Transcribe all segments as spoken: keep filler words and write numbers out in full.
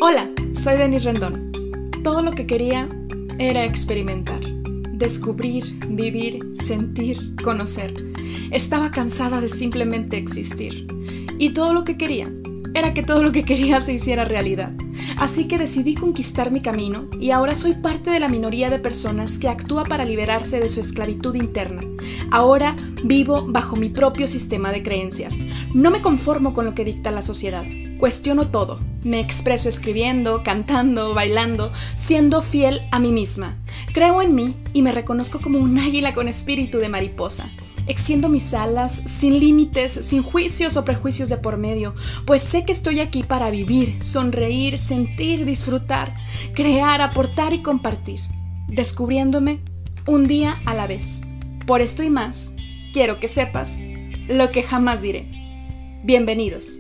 Hola, soy Denise Rendón. Todo lo que quería era experimentar, descubrir, vivir, sentir, conocer. Estaba cansada de simplemente existir. Y todo lo que quería era que todo lo que quería se hiciera realidad. Así que decidí conquistar mi camino y ahora soy parte de la minoría de personas que actúa para liberarse de su esclavitud interna. Ahora vivo bajo mi propio sistema de creencias. No me conformo con lo que dicta la sociedad. Cuestiono todo. Me expreso escribiendo, cantando, bailando, siendo fiel a mí misma. Creo en mí y me reconozco como un águila con espíritu de mariposa. Extiendo mis alas sin límites, sin juicios o prejuicios de por medio, pues sé que estoy aquí para vivir, sonreír, sentir, disfrutar, crear, aportar y compartir, descubriéndome un día a la vez. Por esto y más, quiero que sepas lo que jamás diré. Bienvenidos.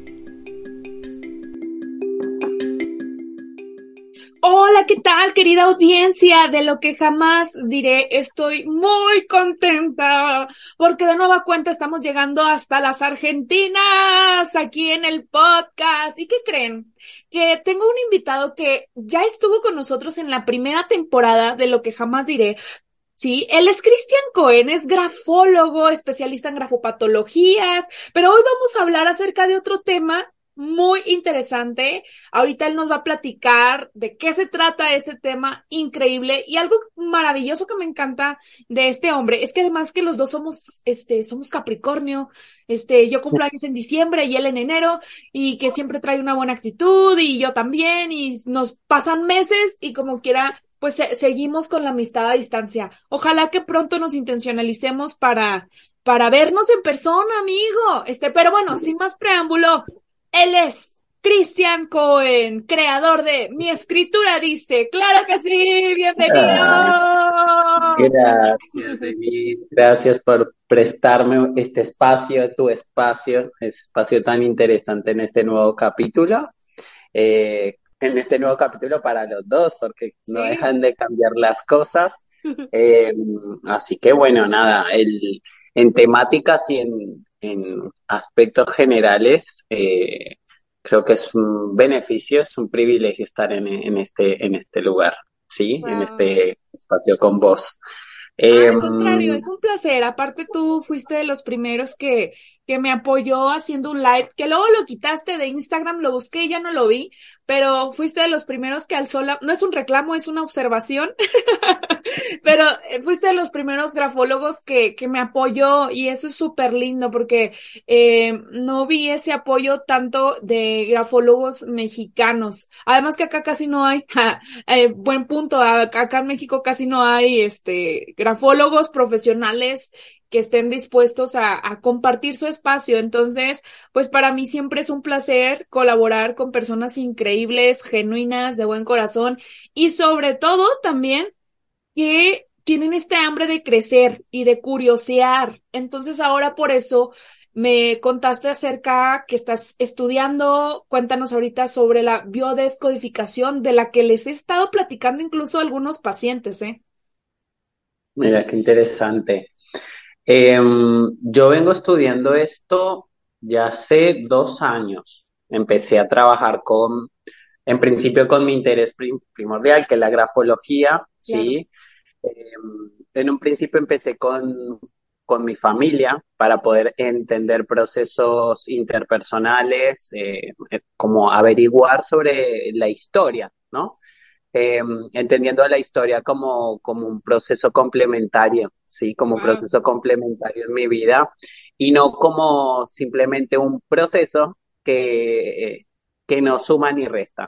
Hola, ¿qué tal, querida audiencia? De lo que jamás diré, estoy muy contenta porque de nueva cuenta estamos llegando hasta las Argentinas aquí en el podcast. ¿Y qué creen? Que tengo un invitado que ya estuvo con nosotros en la primera temporada de lo que jamás diré. Sí, él es Cristian Cohen, es grafólogo, especialista en grafopatologías, pero hoy vamos a hablar acerca de otro tema muy interesante. Ahorita él nos va a platicar de qué se trata ese tema increíble y algo maravilloso que me encanta de este hombre es que además que los dos somos, este, somos Capricornio, este, yo cumplo años en diciembre y él en enero y que siempre trae una buena actitud y yo también y nos pasan meses y como quiera pues se- seguimos con la amistad a distancia. Ojalá que pronto nos intencionalicemos para, para vernos en persona, amigo. Este, pero bueno, sin más preámbulo, él es Cristian Cohen, creador de Mi Escritura Dice. ¡Claro que sí! ¡Bienvenido! Ah, gracias, Denise. Gracias por prestarme este espacio, tu espacio, ese espacio tan interesante en este nuevo capítulo. Eh, en este nuevo capítulo para los dos, porque no Sí. dejan de cambiar las cosas. Eh, Así que bueno, nada, el, en temáticas y en, en aspectos generales, eh, creo que es un beneficio, es un privilegio estar en, en este, en este lugar, ¿sí? En Wow. este espacio con vos. Ah, Eh, al contrario, es un placer. Aparte, tú fuiste de los primeros que, que me apoyó haciendo un live, que luego lo quitaste de Instagram, lo busqué y ya no lo vi, pero fuiste de los primeros que alzó la, no es un reclamo, es una observación, pero eh, fuiste de los primeros grafólogos que, que me apoyó y eso es súper lindo porque eh, no vi ese apoyo tanto de grafólogos mexicanos. Además que acá casi no hay. Eh, buen punto. Acá acá en México casi no hay este grafólogos profesionales que estén dispuestos a, a compartir su espacio. Entonces, pues para mí siempre es un placer colaborar con personas increíbles, genuinas, de buen corazón y sobre todo también que tienen este hambre de crecer y de curiosear. Entonces ahora por eso me contaste acerca que estás estudiando. Cuéntanos ahorita sobre la biodescodificación de la que les he estado platicando incluso a algunos pacientes, ¿eh? Mira, qué interesante. Eh, yo vengo estudiando esto ya hace dos años. Empecé a trabajar con, en principio con mi interés prim- primordial, que es la grafología, Claro. ¿sí? Eh, en un principio empecé con, con mi familia para poder entender procesos interpersonales, eh, eh, como averiguar sobre la historia, ¿no? eh, Entendiendo la historia como, como un proceso complementario, ¿sí? Como un Wow. proceso complementario en mi vida y no como simplemente un proceso que, que no suma ni resta,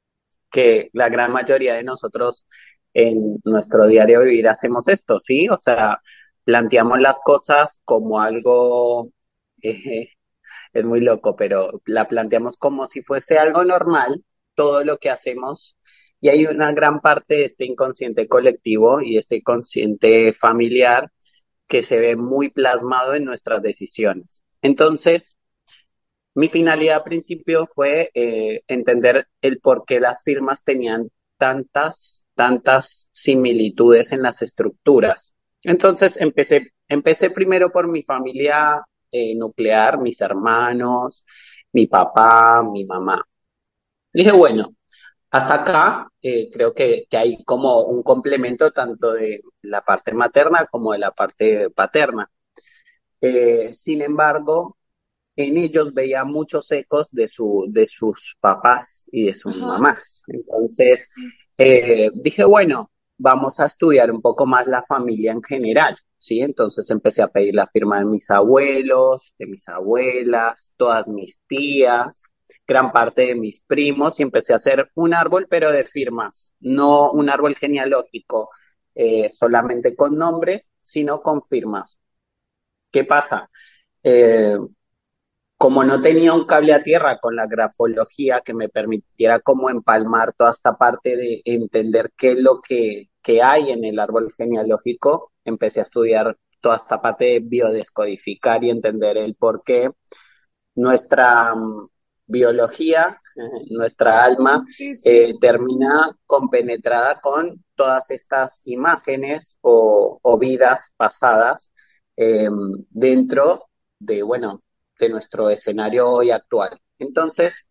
que la gran mayoría de nosotros en nuestro diario vivir hacemos esto, ¿sí? O sea, planteamos las cosas como algo, eh, es muy loco, pero la planteamos como si fuese algo normal, todo lo que hacemos, y hay una gran parte de este inconsciente colectivo y este inconsciente familiar que se ve muy plasmado en nuestras decisiones. Entonces, mi finalidad al principio fue eh, entender el por qué las firmas tenían tantas, tantas similitudes en las estructuras. Entonces empecé, empecé primero por mi familia eh, nuclear, mis hermanos, mi papá, mi mamá. Dije, bueno, Hasta acá eh, creo que, que hay como un complemento tanto de la parte materna como de la parte paterna. Eh, sin embargo, en ellos veía muchos ecos de, su, de sus papás y de sus Ajá. mamás. Entonces, eh, dije, bueno, vamos a estudiar un poco más la familia en general, ¿sí? Entonces empecé a pedir la firma de mis abuelos, de mis abuelas, todas mis tías, gran parte de mis primos, y empecé a hacer un árbol, pero de firmas, no un árbol genealógico eh, solamente con nombres, sino con firmas. ¿Qué pasa? Eh, Como no tenía un cable a tierra con la grafología que me permitiera como empalmar toda esta parte de entender qué es lo que, que hay en el árbol genealógico, empecé a estudiar toda esta parte de biodescodificar y entender el por qué nuestra um, biología, eh, nuestra alma, Sí, sí. eh, termina compenetrada con todas estas imágenes o, o vidas pasadas eh, dentro de, bueno, de nuestro escenario hoy actual. Entonces,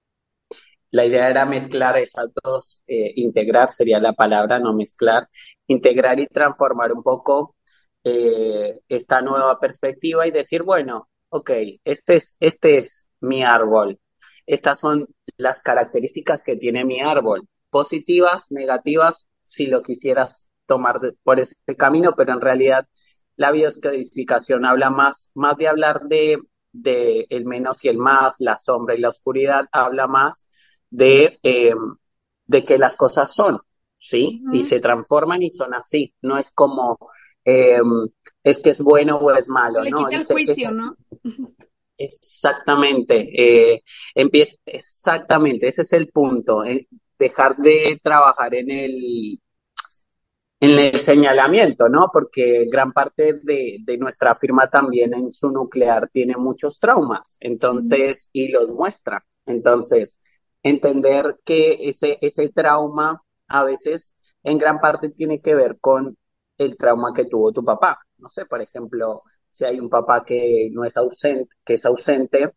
la idea era mezclar esas dos, eh, integrar sería la palabra, no mezclar, integrar y transformar un poco eh, esta nueva perspectiva y decir, bueno, ok, este es, este es mi árbol, estas son las características que tiene mi árbol, positivas, negativas, si lo quisieras tomar de, por ese camino, pero en realidad la bioscodificación habla más, más de hablar de, de el menos y el más, la sombra y la oscuridad, habla más de, eh, de que las cosas son, ¿sí? Y Ujú. se transforman y son así. No es como, eh, es que es bueno o es Se malo, le no, quita el dice, es juicio, así. ¿no? Exactamente, eh, empieza, exactamente, ese es el punto, eh, dejar de trabajar en el, en el señalamiento, ¿no? Porque gran parte de, de nuestra firma también en su nuclear tiene muchos traumas, Ujú. entonces, y los muestra. Entonces, entender que ese, ese trauma a veces en gran parte tiene que ver con el trauma que tuvo tu papá. No sé, por ejemplo, si hay un papá que no es ausente, que es ausente,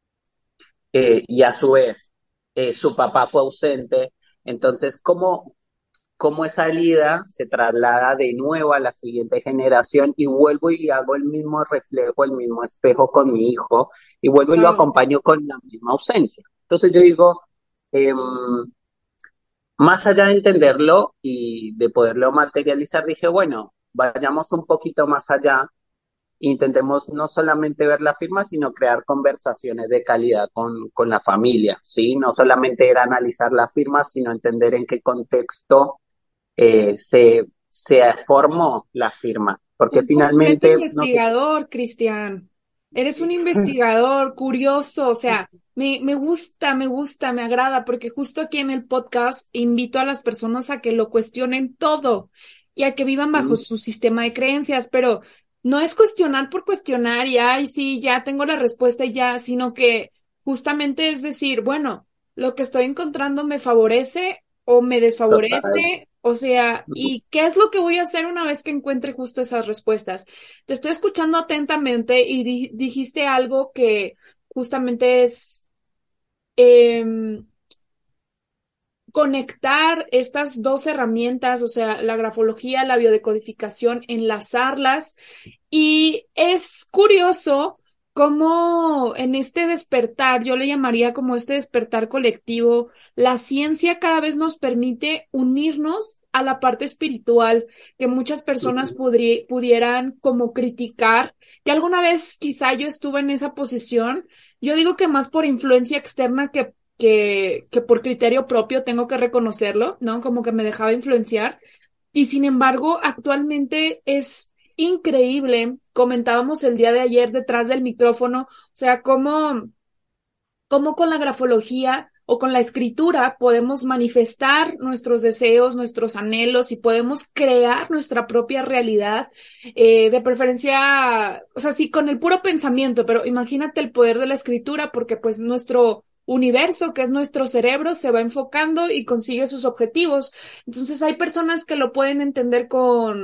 eh, y a su vez eh, su papá fue ausente, entonces, ¿cómo, cómo esa herida se traslada de nuevo a la siguiente generación y vuelvo y hago el mismo reflejo, el mismo espejo con mi hijo y vuelvo y lo Wow. acompaño con la misma ausencia? Entonces yo digo, eh, más allá de entenderlo y de poderlo materializar, dije, bueno, vayamos un poquito más allá. Intentemos no solamente ver la firma, sino crear conversaciones de calidad con, con la familia, ¿sí? No solamente era analizar la firma, sino entender en qué contexto eh, se, se formó la firma, porque Un completo finalmente, no sé, investigador, Cristian. Eres un sí, investigador curioso, o sea, me, me gusta, me gusta, me agrada, porque justo aquí en el podcast invito a las personas a que lo cuestionen todo y a que vivan bajo su sistema de creencias, pero no es cuestionar por cuestionar y, ay, sí, ya tengo la respuesta y ya, sino que justamente es decir, bueno, lo que estoy encontrando me favorece o me total. desfavorece, o sea, ¿y qué es lo que voy a hacer una vez que encuentre justo esas respuestas? Te estoy escuchando atentamente y di- dijiste algo que justamente es em, conectar estas dos herramientas, o sea, la grafología, la biodecodificación, enlazarlas. Y es curioso cómo en este despertar, yo le llamaría como este despertar colectivo, la ciencia cada vez nos permite unirnos a la parte espiritual que muchas personas podri- pudieran como criticar, que alguna vez quizá yo estuve en esa posición. Yo digo que más por influencia externa que, que, que por criterio propio, tengo que reconocerlo, ¿no? Como que me dejaba influenciar. Y sin embargo, actualmente es increíble. Comentábamos el día de ayer detrás del micrófono, o sea, cómo, cómo con la grafología o con la escritura podemos manifestar nuestros deseos, nuestros anhelos y podemos crear nuestra propia realidad, eh, de preferencia, o sea, sí, con el puro pensamiento, pero imagínate el poder de la escritura porque pues nuestro universo, que es nuestro cerebro, se va enfocando y consigue sus objetivos. Entonces hay personas que lo pueden entender con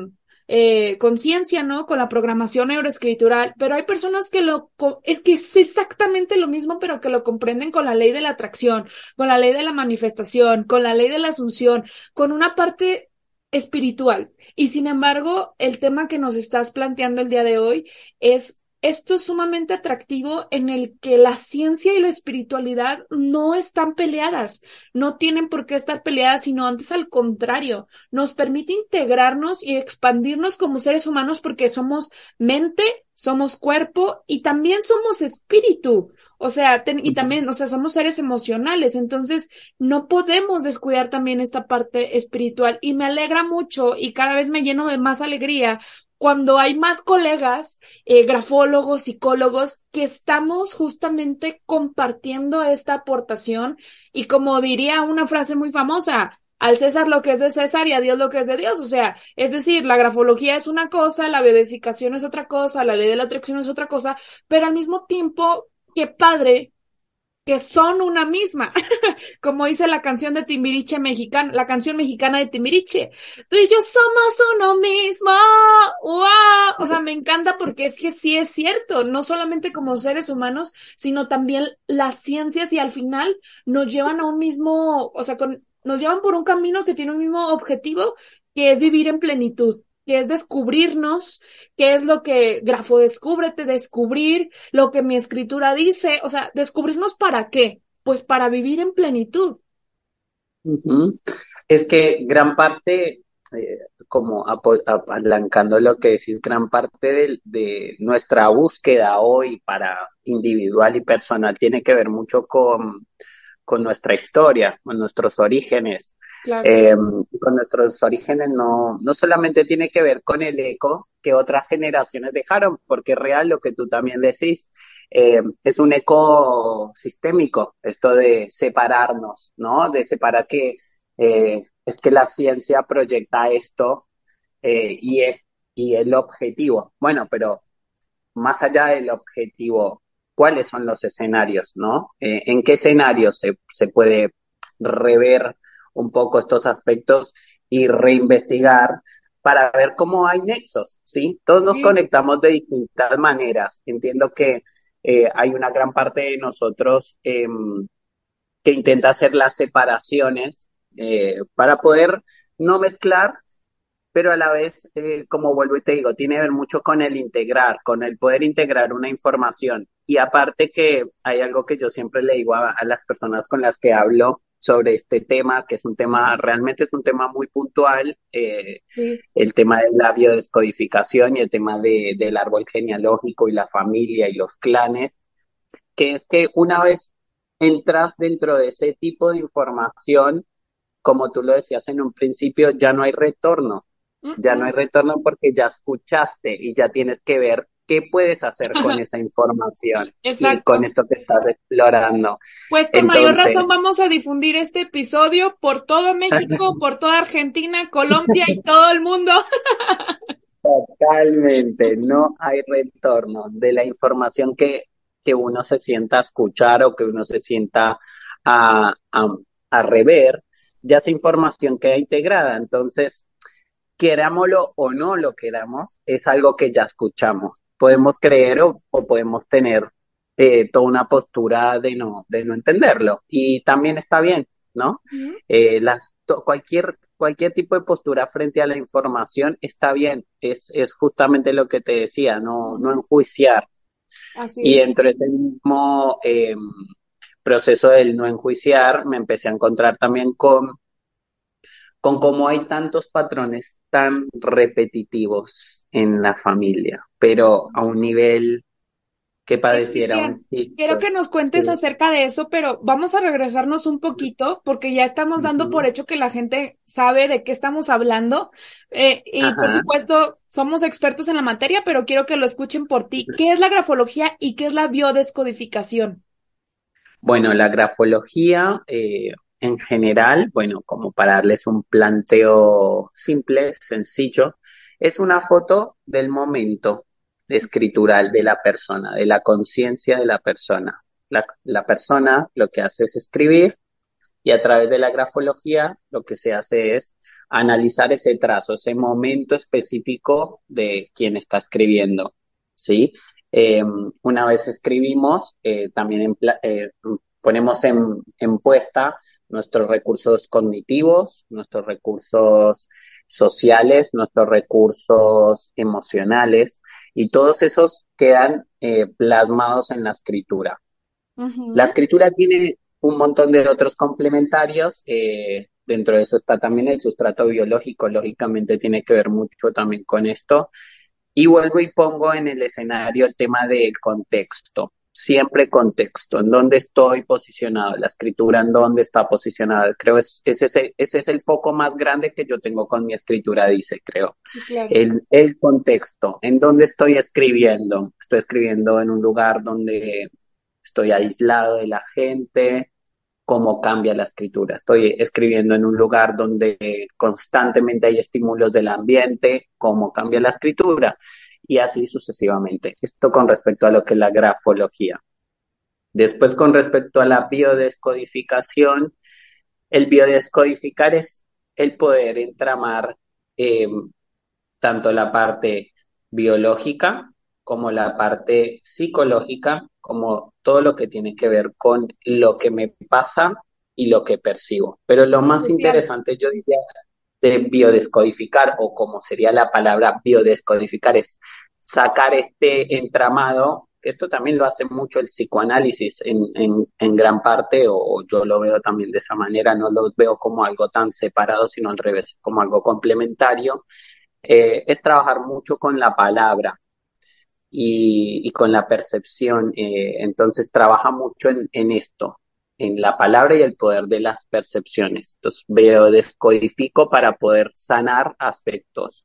eh, conciencia, ¿no? Con la programación neuroescritural, pero hay personas que lo, co- es que es exactamente lo mismo, pero que lo comprenden con la ley de la atracción, con la ley de la manifestación, con la ley de la asunción, con una parte espiritual. Y sin embargo, el tema que nos estás planteando el día de hoy es esto es sumamente atractivo en el que la ciencia y la espiritualidad no están peleadas, no tienen por qué estar peleadas, sino antes al contrario, nos permite integrarnos y expandirnos como seres humanos porque somos mente, somos cuerpo y también somos espíritu, o sea, ten- y Ujú. también, o sea, somos seres emocionales, entonces no podemos descuidar también esta parte espiritual y me alegra mucho y cada vez me lleno de más alegría cuando hay más colegas eh, grafólogos, psicólogos, que estamos justamente compartiendo esta aportación y como diría una frase muy famosa, al César lo que es de César y a Dios lo que es de Dios. O sea, es decir, la grafología es una cosa, la biodedificación es otra cosa, la ley de la atracción es otra cosa, pero al mismo tiempo, qué padre que son una misma, como dice la canción de Timbiriche mexicana, la canción mexicana de Timbiriche. Tú y yo somos uno mismo. ¡Wow! O sea, me encanta porque es que sí es cierto, no solamente como seres humanos, sino también las ciencias y al final nos llevan a un mismo, o sea, con, nos llevan por un camino que tiene un mismo objetivo, que es vivir en plenitud, que es descubrirnos, que es lo que Grafo descúbrete, descubrir lo que mi escritura dice, o sea, descubrirnos para qué, pues para vivir en plenitud. Ujú. Es que gran parte, eh, como apo- apalancando lo que decís, gran parte del- de, nuestra búsqueda hoy para individual y personal tiene que ver mucho con, con nuestra historia, con nuestros orígenes. Claro. Eh, con nuestros orígenes no, no solamente tiene que ver con el eco que otras generaciones dejaron, porque es real lo que tú también decís, eh, es un eco sistémico, esto de separarnos, ¿no? De separar que eh, es que la ciencia proyecta esto eh, y es y el objetivo. Bueno, pero más allá del objetivo, ¿cuáles son los escenarios, no? Eh, ¿en qué escenarios se, se puede rever un poco estos aspectos y reinvestigar para ver cómo hay nexos, ¿sí? Todos nos Sí. conectamos de distintas maneras. Entiendo que eh, hay una gran parte de nosotros eh, que intenta hacer las separaciones eh, para poder no mezclar, pero a la vez, eh, como vuelvo y te digo, tiene que ver mucho con el integrar, con el poder integrar una información. Y aparte que hay algo que yo siempre le digo a, a las personas con las que hablo sobre este tema, que es un tema, realmente es un tema muy puntual, eh, Sí. el tema de la biodescodificación y el tema de, del árbol genealógico y la familia y los clanes, que es que una vez entras dentro de ese tipo de información, como tú lo decías en un principio, ya no hay retorno, Mm, ya no hay mm. retorno porque ya escuchaste y ya tienes que ver qué puedes hacer con esa información y con Exacto. esto que estás explorando. Pues con mayor Entonces, razón vamos a difundir este episodio por todo México, por toda Argentina, Colombia y todo el mundo. totalmente, no hay retorno de la información que, que uno se sienta a escuchar o que uno se sienta a, a, a rever, ya esa información queda integrada. Entonces, querámoslo o no lo queramos, es algo que ya escuchamos. Podemos creer o, o podemos tener eh, toda una postura de no, de no entenderlo. Y también está bien, ¿no? Ujú. Eh, las, to- cualquier, cualquier tipo de postura frente a la información está bien. Es, es justamente lo que te decía, no, no Ujú. enjuiciar. Así Y es. dentro de ese mismo eh, proceso del no enjuiciar, me empecé a encontrar también con con cómo hay tantos patrones tan repetitivos en la familia, pero a un nivel que Oye, pareciera Cristian, un quiero chiste. que nos cuentes Sí. acerca de eso, pero vamos a regresarnos un poquito porque ya estamos dando por Ujú. hecho que la gente sabe de qué estamos hablando. Eh, y por Ajá. supuesto, somos expertos en la materia, pero quiero que lo escuchen por ti. ¿Qué es la grafología y qué es la biodescodificación? Bueno, la grafología eh, en general, bueno, como para darles un planteo simple, sencillo, es una foto del momento escritural de la persona, de la conciencia de la persona. La, la persona lo que hace es escribir Y a través de la grafología lo que se hace es analizar ese trazo, ese momento específico de quien está escribiendo, ¿sí? Eh, una vez escribimos, eh, también en pla- eh, ponemos en, en puesta nuestros recursos cognitivos, nuestros recursos sociales, nuestros recursos emocionales, y todos esos quedan eh, plasmados en la escritura. La Ujú. escritura tiene un montón de otros complementarios. Eh, dentro de eso está también el sustrato biológico, lógicamente tiene que ver mucho también con esto. Y vuelvo y pongo en el escenario el tema del contexto. Siempre contexto, en dónde estoy posicionado, la escritura en dónde está posicionada. Creo es, ese, es el, ese es el foco más grande que yo tengo con mi escritura, dice, creo. Sí, claro. El, el contexto, en dónde estoy escribiendo. Estoy escribiendo en un lugar donde estoy aislado de la gente, cómo cambia la escritura. Estoy escribiendo en un lugar donde constantemente hay estímulos del ambiente, cómo cambia la escritura, y así sucesivamente. Esto con respecto a lo que es la grafología. Después, con respecto a la biodescodificación, el biodescodificar es el poder entramar eh, tanto la parte biológica como la parte psicológica, como todo lo que tiene que ver con lo que me pasa y lo que percibo. Pero lo más Social. interesante, yo diría, de biodescodificar, o como sería la palabra biodescodificar, es sacar este entramado. Esto también lo hace mucho el psicoanálisis en, en, en gran parte, o yo lo veo también de esa manera, no lo veo como algo tan separado, sino al revés, como algo complementario. Eh, es trabajar mucho con la palabra y, y con la percepción. Eh, entonces trabaja mucho en, en esto, en la palabra y el poder de las percepciones. Entonces veo, descodifico para poder sanar aspectos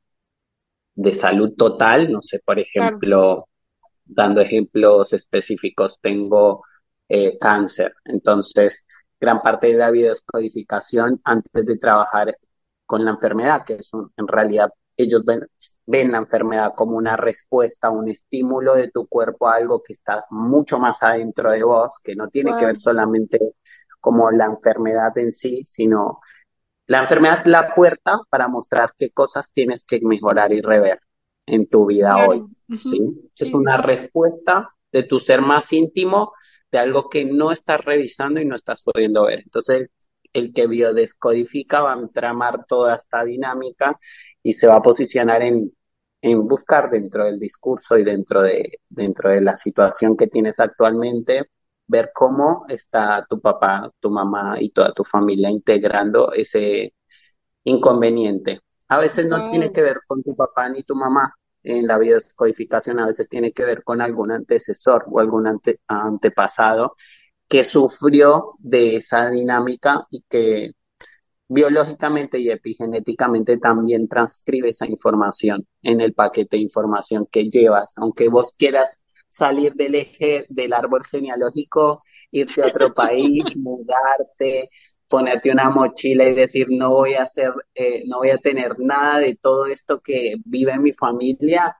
de salud total. No sé, por Claro. ejemplo, dando ejemplos específicos, tengo eh, cáncer. Entonces, gran parte de la biodescodificación antes de trabajar con la enfermedad, que es un- en realidad ellos ven, ven la enfermedad como una respuesta, un estímulo de tu cuerpo a algo que está mucho más adentro de vos, que no tiene que ver Wow. solamente como la enfermedad en sí, sino la enfermedad es la puerta para mostrar qué cosas tienes que mejorar y rever en tu vida hoy, Claro. ¿sí? Ujú. Es Sí, sí, una sí. respuesta de tu ser más íntimo de algo que no estás revisando y no estás pudiendo ver. Entonces, el que biodescodifica va a entramar toda esta dinámica y se va a posicionar en, en buscar dentro del discurso y dentro de, dentro de la situación que tienes actualmente, ver cómo está tu papá, tu mamá y toda tu familia integrando ese inconveniente. A veces no tiene Wow. que ver con tu papá ni tu mamá en la biodescodificación, a veces tiene que ver con algún antecesor o algún ante, antepasado que sufrió de esa dinámica y que biológicamente y epigenéticamente también transcribe esa información en el paquete de información que llevas. Aunque vos quieras salir del eje del árbol genealógico, irte a otro país, mudarte, ponerte una mochila y decir no voy a hacer, eh, no voy a tener nada de todo esto que vive mi familia,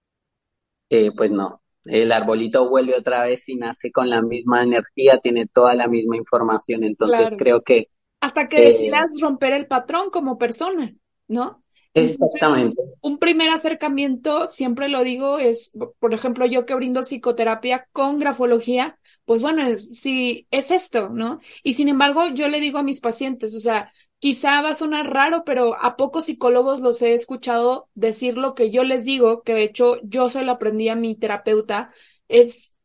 eh, pues no. El arbolito vuelve otra vez y nace con la misma energía, tiene toda la misma información. Entonces Claro. creo que Hasta que eh, decidas romper el patrón como persona, ¿no? Entonces, exactamente. un primer acercamiento, siempre lo digo, es, por ejemplo, yo que brindo psicoterapia con grafología, pues bueno, es- sí, es esto, ¿no? Y sin embargo, yo le digo a mis pacientes, o sea, quizá va a sonar raro, pero a pocos psicólogos los he escuchado decir lo que yo les digo, que de hecho yo se lo aprendí a mi terapeuta, es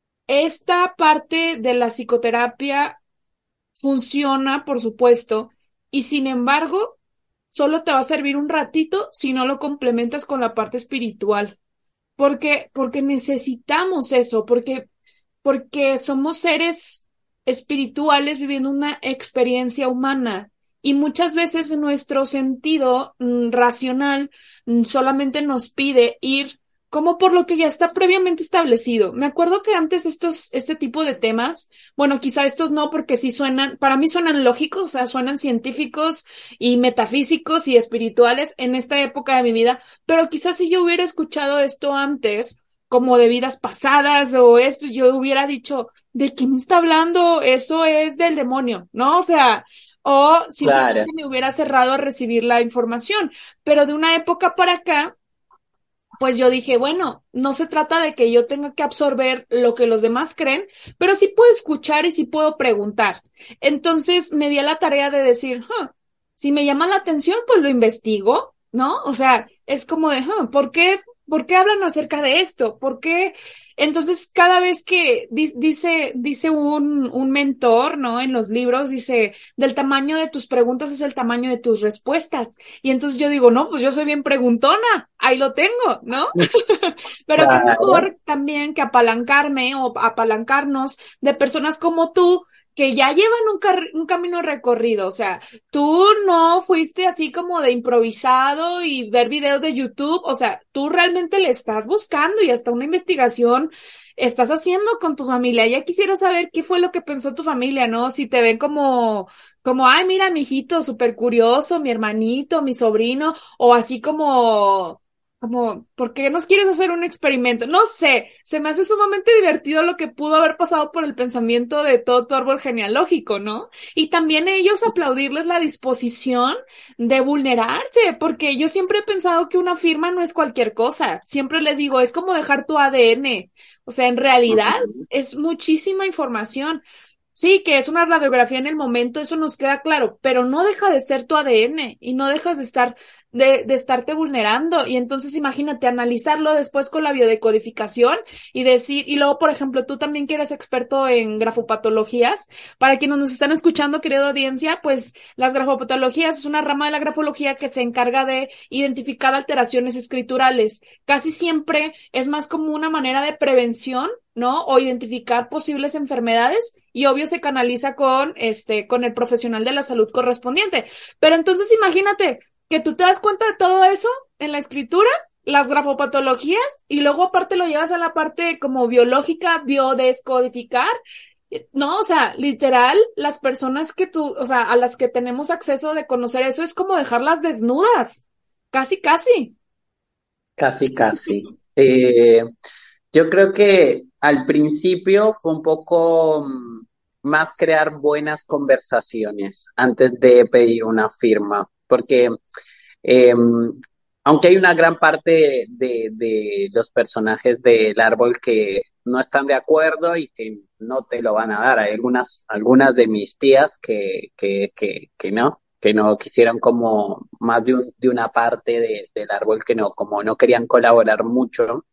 esta parte de la psicoterapia funciona, por supuesto, y sin embargo, solo te va a servir un ratito si no lo complementas con la parte espiritual. Porque, porque necesitamos eso, porque, porque somos seres espirituales viviendo una experiencia humana. Y muchas veces nuestro sentido mm, racional mm, solamente nos pide ir como por lo que ya está previamente establecido. Me acuerdo que antes estos, este tipo de temas, bueno, quizá estos no, porque sí suenan, para mí suenan lógicos, o sea, suenan científicos y metafísicos y espirituales en esta época de mi vida, pero quizás si yo hubiera escuchado esto antes, como de vidas pasadas o esto, yo hubiera dicho, ¿de qué me está hablando? Eso es del demonio, ¿no? O sea, o Claro, simplemente me hubiera cerrado a recibir la información. Pero de una época para acá, pues yo dije, bueno, no se trata de que yo tenga que absorber lo que los demás creen, pero sí puedo escuchar y sí puedo preguntar. Entonces me di a la tarea de decir, "Huh, si me llama la atención, pues lo investigo, ¿no? O sea, es como de, "Huh, ¿por qué, por qué hablan acerca de esto? ¿Por qué?" Entonces, cada vez que di- dice, dice un, un mentor, ¿no? En los libros, dice, del tamaño de tus preguntas es el tamaño de tus respuestas. Y entonces yo digo, no, pues yo soy bien preguntona, ahí lo tengo, ¿no? Pero qué claro. mejor también que apalancarme o apalancarnos de personas como tú que ya llevan un, car- un camino recorrido. O sea, tú no fuiste así como de improvisado y ver videos de YouTube. O sea, tú realmente le estás buscando y hasta una investigación estás haciendo con tu familia. Ya quisiera saber qué fue lo que pensó tu familia, ¿no? Si te ven como como, ay, mira, mi hijito, súper curioso, mi hermanito, mi sobrino, o así como, como, ¿por qué nos quieres hacer un experimento? No sé, se me hace sumamente divertido lo que pudo haber pasado por el pensamiento de todo tu árbol genealógico, ¿no? Y también ellos aplaudirles la disposición de vulnerarse, porque yo siempre he pensado que una firma no es cualquier cosa. Siempre les digo, es como dejar tu A D N. O sea, en realidad Ujú. es muchísima información. Sí, que es una radiografía en el momento, eso nos queda claro, pero no deja de ser tu A D N y no dejas de estar, de, de estarte vulnerando. Y entonces imagínate analizarlo después con la biodecodificación y decir, y luego, por ejemplo, tú también que eres experto en grafopatologías, para quienes nos están escuchando, querida audiencia, pues las grafopatologías es una rama de la grafología que se encarga de identificar alteraciones escriturales. Casi siempre es más como una manera de prevención, ¿no? O identificar posibles enfermedades y obvio se canaliza con este, con el profesional de la salud correspondiente. Pero entonces imagínate que tú te das cuenta de todo eso en la escritura, las grafopatologías y luego aparte lo llevas a la parte como biológica, biodescodificar. No, o sea, literal, las personas que tú, o sea, a las que tenemos acceso de conocer eso es como dejarlas desnudas. Casi, casi. Casi, casi. Eh, yo creo que al principio fue un poco mm, más crear buenas conversaciones antes de pedir una firma, porque eh, aunque hay una gran parte de, de los personajes del árbol que no están de acuerdo y que no te lo van a dar, hay algunas, algunas de mis tías que, que, que, que no, que no quisieron como más de, un, de una parte de, del árbol que no, como no querían colaborar mucho.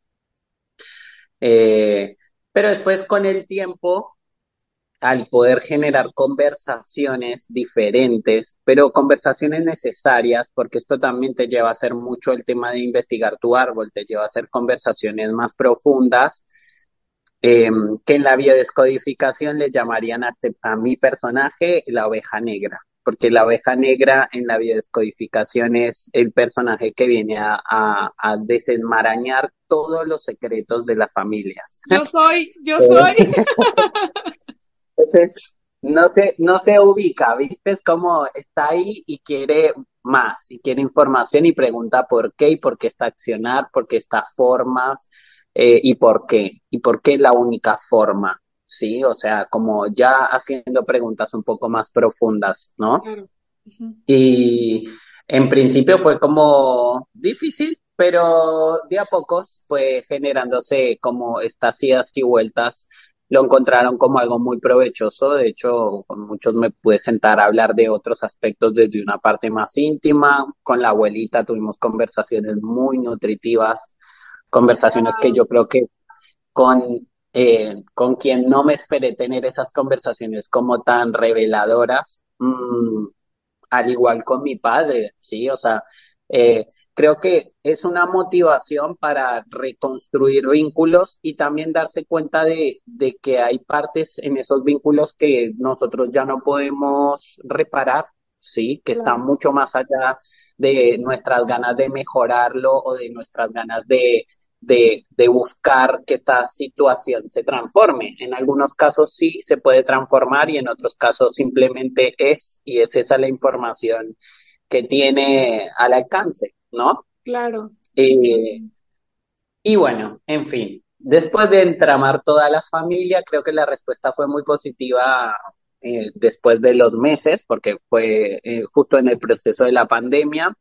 Eh, pero después con el tiempo al poder generar conversaciones diferentes, pero conversaciones necesarias, porque esto también te lleva a hacer mucho el tema de investigar tu árbol, te lleva a hacer conversaciones más profundas, eh, que en la biodescodificación le llamarían a, este- a mi personaje la oveja negra, porque la oveja negra en la biodescodificación es el personaje que viene a, a, a desenmarañar todos los secretos de las familias. Yo soy, yo soy. Eh, Entonces, no se, no se ubica, ¿viste? Es como está ahí y quiere más, y quiere información y pregunta por qué y por qué está accionar, por qué está formas eh, y por qué, y por qué es la única forma, ¿sí? O sea, como ya haciendo preguntas un poco más profundas, ¿no? Claro. Ujú. Y en principio fue como difícil, pero de a pocos fue generándose como estas idas y vueltas. Lo encontraron como algo muy provechoso. De hecho, con muchos me pude sentar a hablar de otros aspectos desde una parte más íntima. Con la abuelita tuvimos conversaciones muy nutritivas, conversaciones que Wow. yo creo que con, eh, con quien no me esperé tener esas conversaciones como tan reveladoras. mmm, al igual con mi padre, ¿sí? O sea, eh, creo que es una motivación para reconstruir vínculos y también darse cuenta de, de que hay partes en esos vínculos que nosotros ya no podemos reparar, ¿sí? Que están Claro. mucho más allá de nuestras ganas de mejorarlo o de nuestras ganas de, de, de buscar que esta situación se transforme. En algunos casos sí se puede transformar y en otros casos simplemente es, y es esa la información que tiene al alcance, ¿no? Claro. Sí, sí, Eh, sí. y bueno, en fin. después de entramar toda la familia, creo que la respuesta fue muy positiva eh, después de los meses, porque fue eh, justo en el proceso de la pandemia.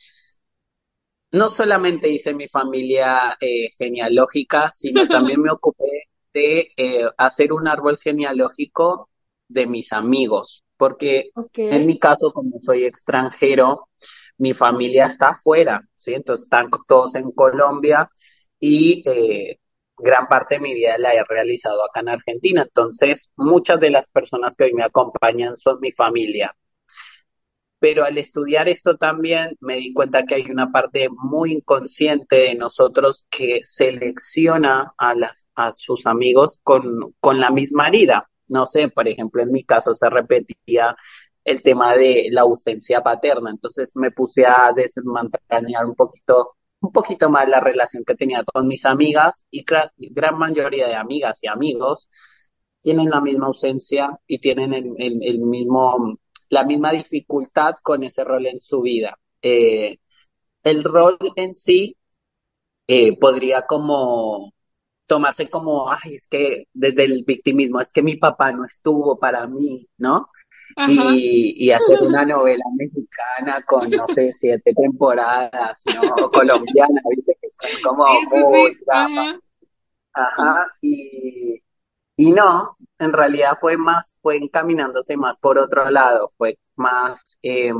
No solamente hice mi familia eh, genealógica, sino también me ocupé de eh, hacer un árbol genealógico de mis amigos, porque Ok. en mi caso, como soy extranjero, mi familia está afuera, ¿sí? Entonces están todos en Colombia y eh, gran parte de mi vida la he realizado acá en Argentina. Entonces, muchas de las personas que hoy me acompañan son mi familia. Pero al estudiar esto también me di cuenta que hay una parte muy inconsciente de nosotros que selecciona a las, a sus amigos con, con la misma herida. No sé, por ejemplo, en mi caso se repetía el tema de la ausencia paterna, entonces me puse a desmantelar un poquito, un poquito más la relación que tenía con mis amigas y gra- gran mayoría de amigas y amigos tienen la misma ausencia y tienen el, el- el mismo, la misma dificultad con ese rol en su vida. Eh, el rol en sí eh, podría como tomarse como, ay, es que desde el victimismo, es que mi papá no estuvo para mí, ¿no? Ajá. Y, y hacer una novela mexicana con, no sé, siete temporadas, ¿no? O colombiana, ¿viste? Que son Sí, como sí, muy sí. drama. Ajá. Ajá, y, y no, en realidad fue más, fue encaminándose más por otro lado, fue más em,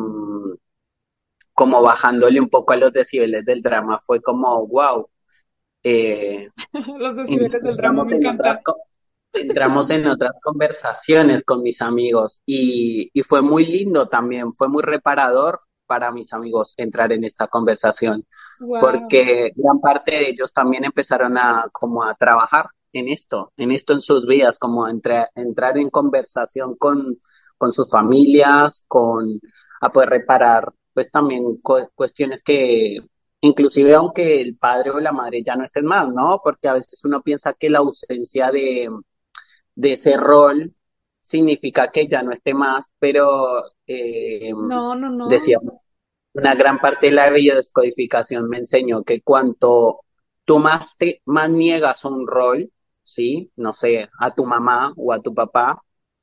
como bajándole un poco a los decibeles del drama, fue como, wow, eh, Los decibeles del drama, entramos me en otras, encanta. co- entramos en otras conversaciones con mis amigos y, y fue muy lindo también, fue muy reparador para mis amigos entrar en esta conversación, Wow. porque gran parte de ellos también empezaron a como a trabajar en esto, en esto en sus vidas, como entre, entrar en conversación con, con sus familias, con a poder reparar pues también cu- cuestiones que inclusive aunque el padre o la madre ya no estén más, ¿no? Porque a veces uno piensa que la ausencia de, de ese rol significa que ya no esté más, pero eh, No, no, no. decía, una gran parte de la biodescodificación me enseñó que cuanto tú más te más niegas un rol, ¿sí? No sé, a tu mamá o a tu papá,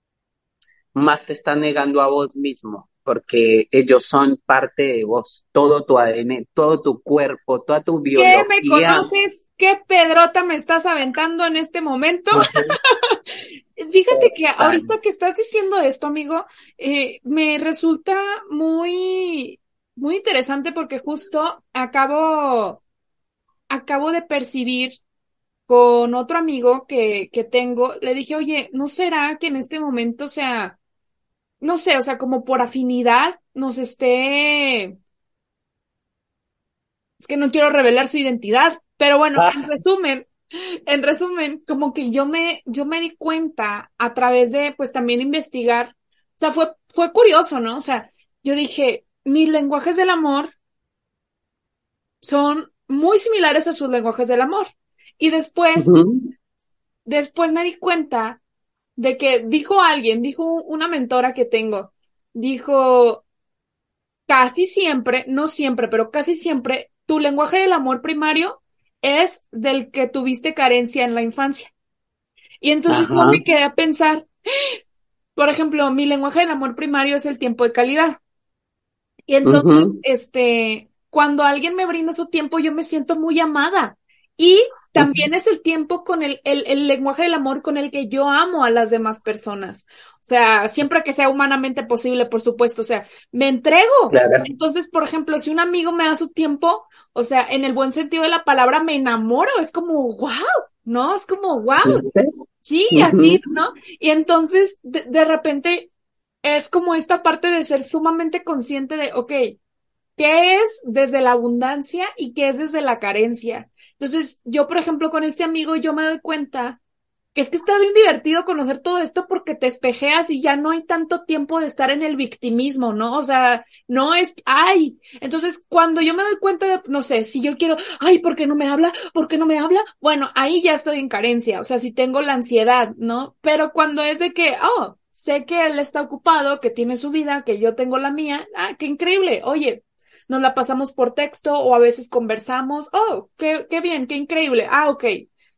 más te estás negando a vos mismo, porque ellos son parte de vos, todo tu A D N, todo tu cuerpo, toda tu ¿Qué me biología. conoces? ¿Qué pedrota me estás aventando en este momento? Ujú. Fíjate que Total. ahorita que estás diciendo esto, amigo, eh, me resulta muy, muy interesante porque justo acabo, acabo de percibir con otro amigo que, que tengo, le dije, oye, ¿no será que en este momento, o sea, no sé, o sea, como por afinidad nos esté, es que no quiero revelar su identidad, pero bueno, en Ah, resumen, en resumen, como que yo me, yo me di cuenta a través de, pues también investigar, o sea, fue, fue curioso, ¿no? O sea, yo dije, mis lenguajes del amor son muy similares a sus lenguajes del amor. Y después, ujú. después me di cuenta de que dijo alguien, dijo una mentora que tengo, dijo, casi siempre, no siempre, pero casi siempre, tu lenguaje del amor primario es del que tuviste carencia en la infancia. Y entonces yo Ajá. me quedé a pensar, por ejemplo, mi lenguaje del amor primario es el tiempo de calidad. Y entonces, Ujú, este, cuando alguien me brinda su tiempo, yo me siento muy amada. Y también ujú. es el tiempo con el, el, el lenguaje del amor con el que yo amo a las demás personas. O sea, siempre que sea humanamente posible, por supuesto. O sea, me entrego. Claro. Entonces, por ejemplo, si un amigo me da su tiempo, o sea, en el buen sentido de la palabra, me enamoro. Es como, wow, ¿no? Es como, wow. ¿Viste? Sí, Ujú. así, ¿no? Y entonces, de, de repente, es como esta parte de ser sumamente consciente de, ok, ¿qué es desde la abundancia y qué es desde la carencia? Entonces, yo, por ejemplo, con este amigo, yo me doy cuenta que es que está bien divertido conocer todo esto porque te espejeas y ya no hay tanto tiempo de estar en el victimismo, ¿no? O sea, no es, ay. Entonces, cuando yo me doy cuenta de, no sé, si yo quiero, ay, ¿por qué no me habla? ¿Por qué no me habla? Bueno, ahí ya estoy en carencia, o sea, si tengo la ansiedad, ¿no? Pero cuando es de que, oh, sé que él está ocupado, que tiene su vida, que yo tengo la mía, ah, qué increíble, oye. Nos la pasamos por texto o a veces conversamos. Oh, qué, qué bien, qué increíble. Ah, ok.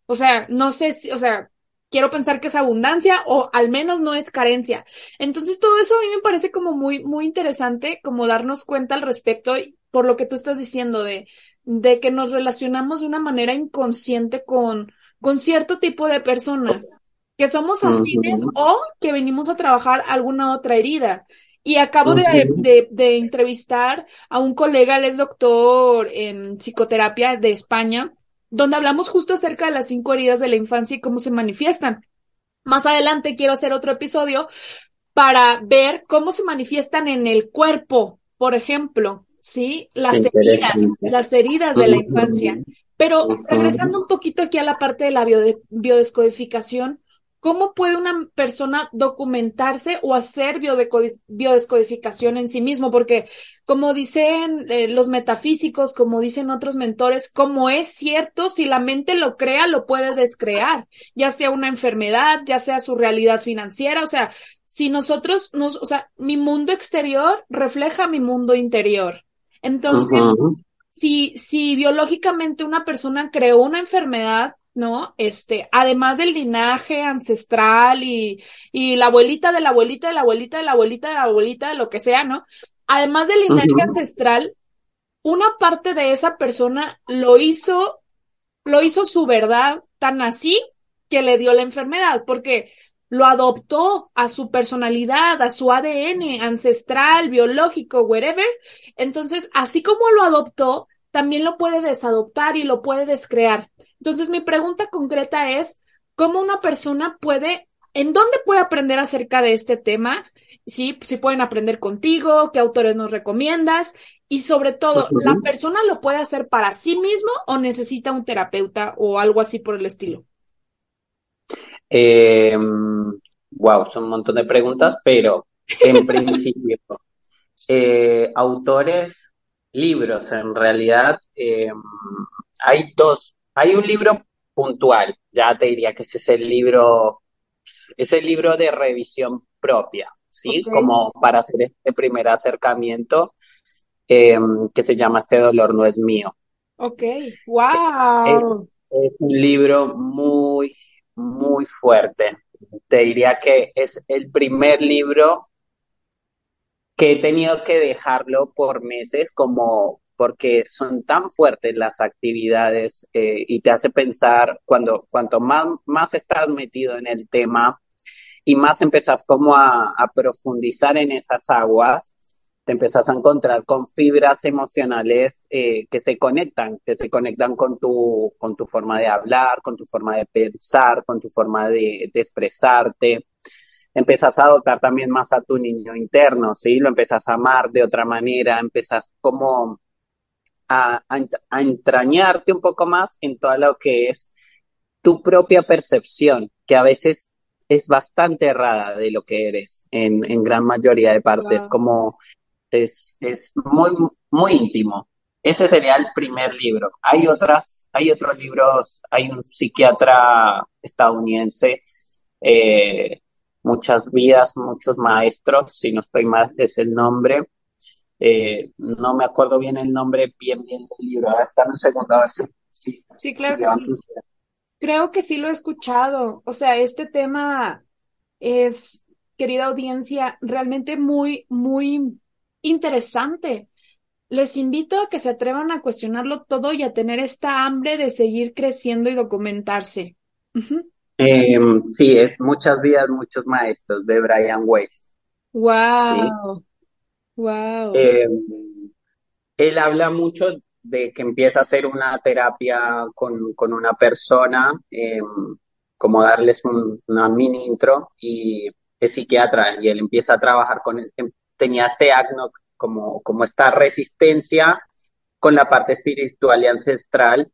O sea, no sé si, o sea, quiero pensar que es abundancia o al menos no es carencia. Entonces, todo eso a mí me parece como muy, muy interesante, como darnos cuenta al respecto, y por lo que tú estás diciendo de, de que nos relacionamos de una manera inconsciente con, con cierto tipo de personas, que somos afines Ujú, o que venimos a trabajar alguna otra herida. Y acabo de, ujú. de, de entrevistar a un colega, él es doctor en psicoterapia de España, donde hablamos justo acerca de las cinco heridas de la infancia y cómo se manifiestan. Más adelante quiero hacer otro episodio para ver cómo se manifiestan en el cuerpo, por ejemplo, ¿sí? Qué Las heridas, interesante. las heridas de la infancia. Ujú, Pero regresando ujú. un poquito aquí a la parte de la biode- biodescodificación, ¿cómo puede una persona documentarse o hacer biodecodi- biodescodificación en sí mismo? Porque como dicen eh, los metafísicos, como dicen otros mentores, como es cierto, si la mente lo crea, lo puede descrear, ya sea una enfermedad, ya sea su realidad financiera, o sea, si nosotros nos, o sea, mi mundo exterior refleja mi mundo interior. Entonces, Ujú, si, si biológicamente una persona creó una enfermedad, ¿no? Este, además del linaje ancestral y, y la abuelita de la abuelita de la abuelita de la abuelita de la abuelita de lo que sea, ¿no? Además del linaje ujú. ancestral, una parte de esa persona lo hizo, lo hizo su verdad tan así que le dio la enfermedad, porque lo adoptó a su personalidad, a su A D N ancestral, biológico, whatever. Entonces, así como lo adoptó, también lo puede desadoptar y lo puede descrear. Entonces, mi pregunta concreta es, ¿cómo una persona puede, en dónde puede aprender acerca de este tema? Sí, si pueden aprender contigo, qué autores nos recomiendas y sobre todo, ¿la Ujú. persona lo puede hacer para sí mismo o necesita un terapeuta o algo así por el estilo? Eh, wow, son un montón de preguntas, pero en principio, eh, autores, libros, en realidad, eh, hay dos, hay un libro puntual, ya te diría que ese es el libro, es el libro de revisión propia, Ok, ¿sí? Como para hacer este primer acercamiento, eh, que se llama Este dolor no es mío. ok, Es, wow. es un libro muy, muy fuerte. Te diría que es el primer libro que he tenido que dejarlo por meses, como porque son tan fuertes las actividades, eh, y te hace pensar cuando cuanto más, más estás metido en el tema y más empezás como a, a profundizar en esas aguas, te empezás a encontrar con fibras emocionales, eh, que se conectan, que se conectan con tu, con tu forma de hablar, con tu forma de pensar, con tu forma de, de expresarte. Empezás a adoptar también más a tu niño interno, ¿sí? Lo empezás a amar de otra manera, empezás como a, a, a entrañarte un poco más en todo lo que es tu propia percepción, que a veces es bastante errada de lo que eres en, en gran mayoría de partes, Wow. como es, es muy, muy íntimo. Ese sería el primer libro. Hay otras, hay otros libros, hay un psiquiatra estadounidense, eh, Muchas vidas, muchos maestros, si no estoy mal, es el nombre. Eh, no me acuerdo bien el nombre, bien, bien del libro. A ver, dame un segundo, a ver si, si, Sí, si claro que levanto. sí. Creo que sí lo he escuchado. O sea, este tema es, querida audiencia, realmente muy, muy interesante. Les invito a que se atrevan a cuestionarlo todo y a tener esta hambre de seguir creciendo y documentarse. Eh, sí, es Muchas vidas, muchos maestros de Brian Weiss, ¿sí? Wow, wow. Eh, Él habla mucho de que empieza a hacer una terapia con, con una persona, eh, como darles un- una mini intro, y es psiquiatra, y él empieza a trabajar con él. Em- Tenía este acno, como, como esta resistencia con la parte espiritual y ancestral,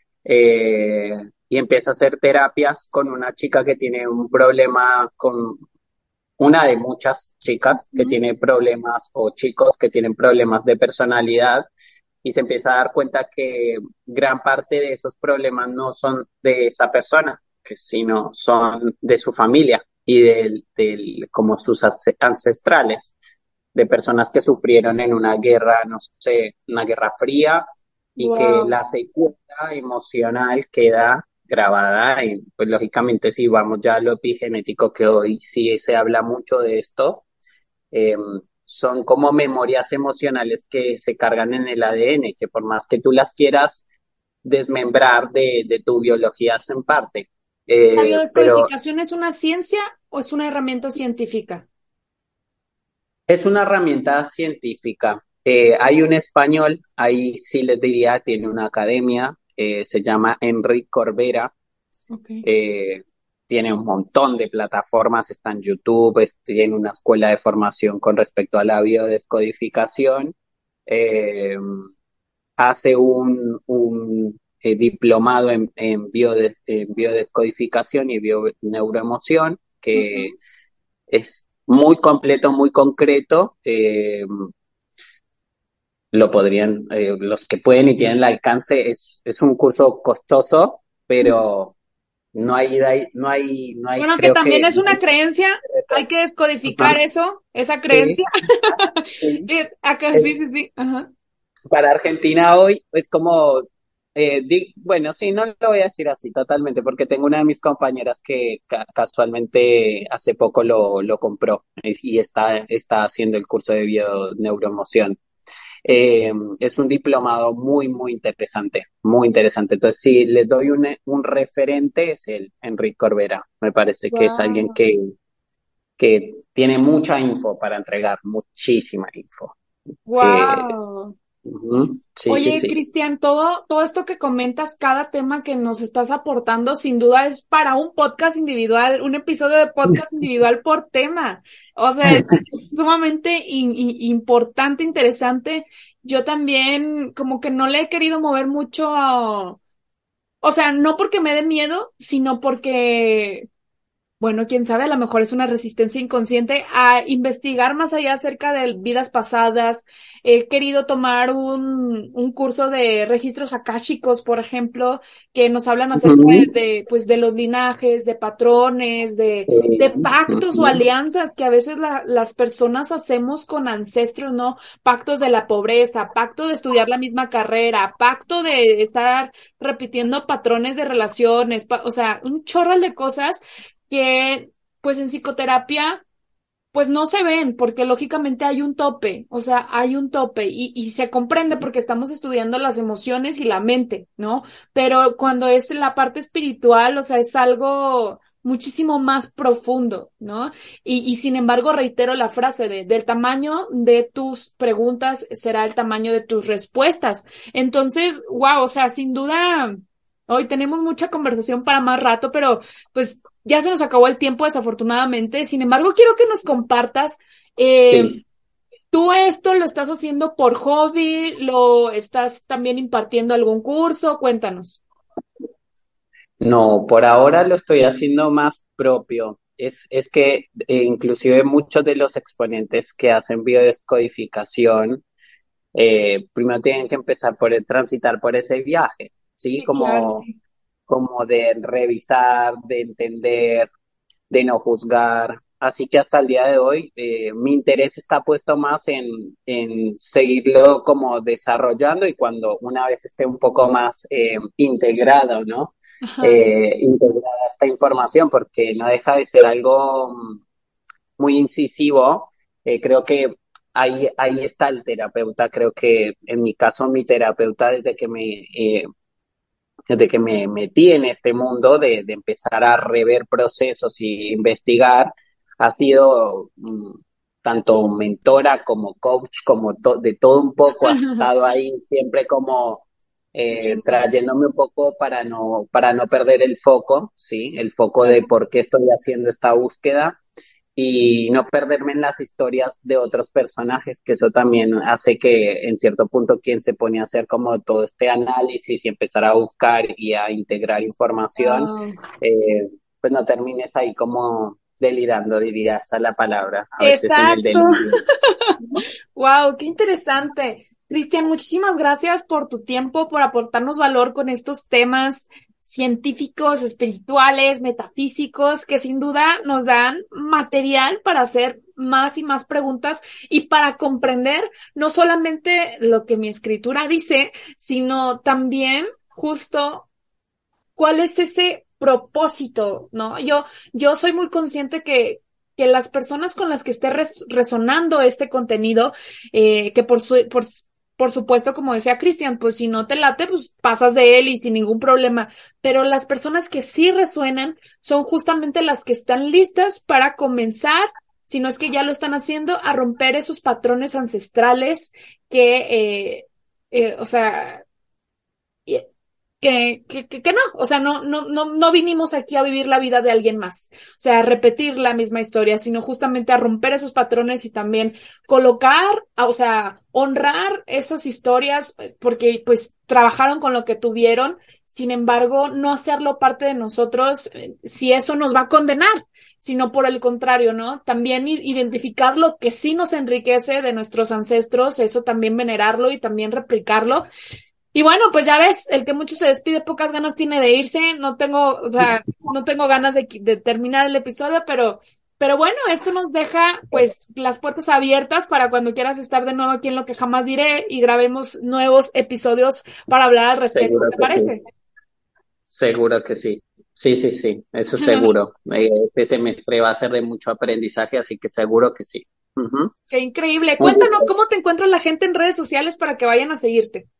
eh, y empieza a hacer terapias con una chica que tiene un problema con una de muchas chicas que Ujú. tiene problemas o chicos que tienen problemas de personalidad, y se empieza a dar cuenta que gran parte de esos problemas no son de esa persona, que sino son de su familia y del, del como sus ancestrales, de personas que sufrieron en una guerra, no sé, una guerra fría, y que Wow, la secuela emocional queda. grabada y pues lógicamente si vamos ya a lo epigenético, que hoy sí se habla mucho de esto, eh, son como memorias emocionales que se cargan en el A D N, que por más que tú las quieras desmembrar de, de tu biología hacen parte. ¿La Eh, pero biodescodificación es una ciencia o es una herramienta científica? es una herramienta científica. Eh, hay un español, ahí sí les diría, tiene una academia, eh, se llama Enric Corbera, Okay. eh, tiene un montón de plataformas, está en YouTube, es- tiene una escuela de formación con respecto a la biodescodificación, eh, hace un, un eh, diplomado en, en, biode- en biodescodificación y bioneuroemoción, que Ujú. es muy completo, muy concreto. Eh, lo podrían, eh, los que pueden y tienen el alcance, es, es un curso costoso, pero no hay, no hay, no hay, Bueno, que creo también que es no una hay creencia, hay retorno. que descodificar Ajá, eso, esa sí, creencia. sí. Eh, Acá sí, Es, sí, sí. Ajá. para Argentina hoy es como, eh, di- bueno, sí, no lo voy a decir así totalmente, porque tengo una de mis compañeras que ca- casualmente hace poco lo, lo compró y y está, está haciendo el curso de bioneuroemoción. Eh, es un diplomado muy, muy interesante, muy interesante. Entonces, si les doy un, un referente, es el Enrique Corbera. Me parece que es alguien Wow. que, que tiene mucha info para entregar, muchísima info. Eh, Wow. ujú, sí, sí, Oye, sí. Cristian, todo, todo esto que comentas, cada tema que nos estás aportando, sin duda es para un podcast individual, un episodio de podcast individual por tema. O sea, es sumamente in- in- importante, interesante. Yo también como que no le he querido mover mucho a, o sea, no porque me dé miedo, sino porque bueno, quién sabe, a lo mejor es una resistencia inconsciente a investigar más allá acerca de vidas pasadas. He querido tomar un, un curso de registros akáshicos, por ejemplo, que nos hablan acerca de, Ujú, de, pues, de los linajes, de patrones, de, sí, de pactos o ujú, alianzas que a veces la- las personas hacemos con ancestros, ¿no? Pactos de la pobreza, pacto de estudiar la misma carrera, pacto de estar repitiendo patrones de relaciones, pa- o sea, un chorro de cosas que pues en psicoterapia pues no se ven porque lógicamente hay un tope, o sea, hay un tope y, y se comprende porque estamos estudiando las emociones y la mente, ¿no? Pero cuando es la parte espiritual, o sea, es algo muchísimo más profundo, ¿no? Y, y sin embargo, reitero la frase de, del tamaño de tus preguntas será el tamaño de tus respuestas. Entonces, wow, o sea, sin duda, hoy tenemos mucha conversación para más rato, pero pues ya se nos acabó el tiempo, desafortunadamente. Sin embargo, quiero que nos compartas, eh, sí. ¿tú esto lo estás haciendo por hobby? ¿Lo estás también impartiendo algún curso? Cuéntanos. No, por ahora lo estoy haciendo más propio. Es, es que eh, inclusive muchos de los exponentes que hacen biodescodificación, eh, primero tienen que empezar por el, transitar por ese viaje, ¿sí? Sí, claro, Como, sí. como de revisar, de entender, de no juzgar. Así que hasta el día de hoy eh, mi interés está puesto más en, en seguirlo como desarrollando y cuando una vez esté un poco más eh, integrado, ¿no? Ajá. Eh, integrada esta información, porque no deja de ser algo mm, muy incisivo. Eh, creo que ahí, ahí está el terapeuta. Creo que en mi caso, mi terapeuta, desde que me, eh, desde que me metí en este mundo de, de empezar a rever procesos y investigar, ha sido mm, tanto mentora como coach, como to- de todo un poco, ha estado ahí siempre como Qué eh, lindo. trayéndome un poco para no, para no perder el foco, ¿sí? El foco de Claro. por qué estoy haciendo esta búsqueda y no perderme en las historias de otros personajes, que eso también hace que en cierto punto quien se pone a hacer como todo este análisis y empezar a buscar y a integrar información, Wow. eh, pues no termines ahí como delirando, diría, esa es la palabra, a veces en el Exacto. delirio, ¿no? Wow, qué interesante. Cristian, muchísimas gracias por tu tiempo, por aportarnos valor con estos temas científicos, espirituales, metafísicos, que sin duda nos dan material para hacer más y más preguntas y para comprender no solamente lo que mi escritura dice, sino también justo ¿cuál es ese propósito? ¿No? Yo, yo soy muy consciente que, que las personas con las que esté res- resonando este contenido, eh, que por su, por, por supuesto, como decía Cristian, pues si no te late, pues pasas de él y sin ningún problema. Pero las personas que sí resuenan son justamente las que están listas para comenzar, si no es que ya lo están haciendo, a romper esos patrones ancestrales que, eh, eh, o sea, y- que, que, que, que no, o sea, no, no, no, no vinimos aquí a vivir la vida de alguien más, o sea, a repetir la misma historia, sino justamente a romper esos patrones y también colocar, a- o sea, honrar esas historias, eh, porque pues trabajaron con lo que tuvieron, sin embargo, no hacerlo parte de nosotros, eh, si eso nos va a condenar, sino por el contrario, ¿no? También i- identificar lo que sí nos enriquece de nuestros ancestros, eso también venerarlo y también replicarlo. Y bueno, pues ya ves, el que mucho se despide, pocas ganas tiene de irse. No tengo, o sea, no tengo ganas de, qui- de terminar el episodio, pero, pero bueno, esto nos deja pues las puertas abiertas para cuando quieras estar de nuevo aquí en Lo que jamás diré y grabemos nuevos episodios para hablar al respecto. Seguro ¿Te que sí, parece? seguro que sí. Sí, sí, sí, eso seguro. Eh, Este semestre va a ser de mucho aprendizaje, así que seguro que sí. Ujú. Qué increíble. Muy Cuéntanos bien. cómo te encuentra la gente en redes sociales para que vayan a seguirte.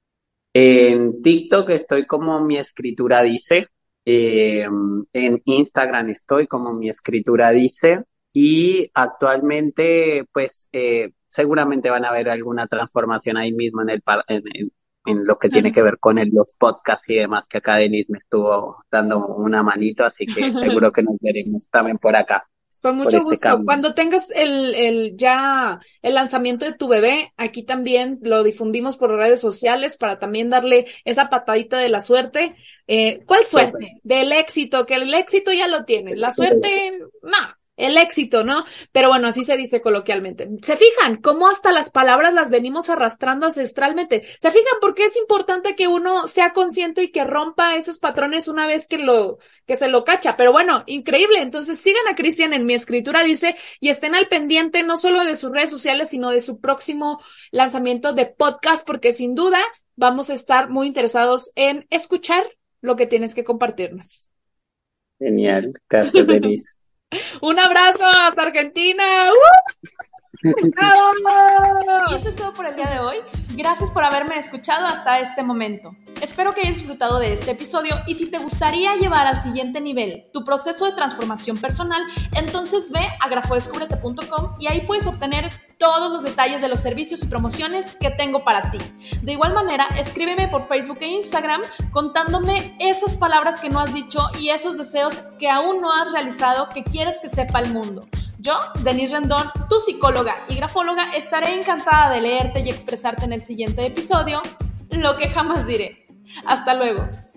En TikTok estoy como mi escritura dice, eh, en Instagram estoy como mi escritura dice y actualmente pues eh, seguramente van a ver alguna transformación ahí mismo en el par- en, en- en lo que tiene que ver con el- los podcasts y demás que acá Denise me estuvo dando una manito, así que seguro que nos veremos también por acá, Con por mucho este gusto. camino. Cuando tengas el, el ya el lanzamiento de tu bebé, aquí también lo difundimos por redes sociales para también darle esa patadita de la suerte. Eh, ¿cuál Súper. suerte? Del éxito, que el éxito ya lo tienes. La suerte, no. El éxito, ¿no? Pero bueno, así se dice coloquialmente. ¿Se fijan cómo hasta las palabras las venimos arrastrando ancestralmente? ¿Se fijan por qué es importante que uno sea consciente y que rompa esos patrones una vez que lo que se lo cacha? Pero bueno, increíble. Entonces sigan a Cristian en Mi Escritura Dice y estén al pendiente no solo de sus redes sociales, sino de su próximo lanzamiento de podcast, porque sin duda vamos a estar muy interesados en escuchar lo que tienes que compartirnos. Genial, gracias Denise. Un abrazo hasta Argentina. ¡Uh! ¡Bravo! Y eso es todo por el día de hoy. Gracias por haberme escuchado hasta este momento. Espero que hayas disfrutado de este episodio y si te gustaría llevar al siguiente nivel tu proceso de transformación personal, entonces ve a grafodescúbrete punto com y ahí puedes obtener todos los detalles de los servicios y promociones que tengo para ti. De igual manera, escríbeme por Facebook e Instagram contándome esas palabras que no has dicho y esos deseos que aún no has realizado que quieres que sepa el mundo. Yo, Denise Rendón, tu psicóloga y grafóloga, estaré encantada de leerte y expresarte en el siguiente episodio, Lo que jamás diré. Hasta luego.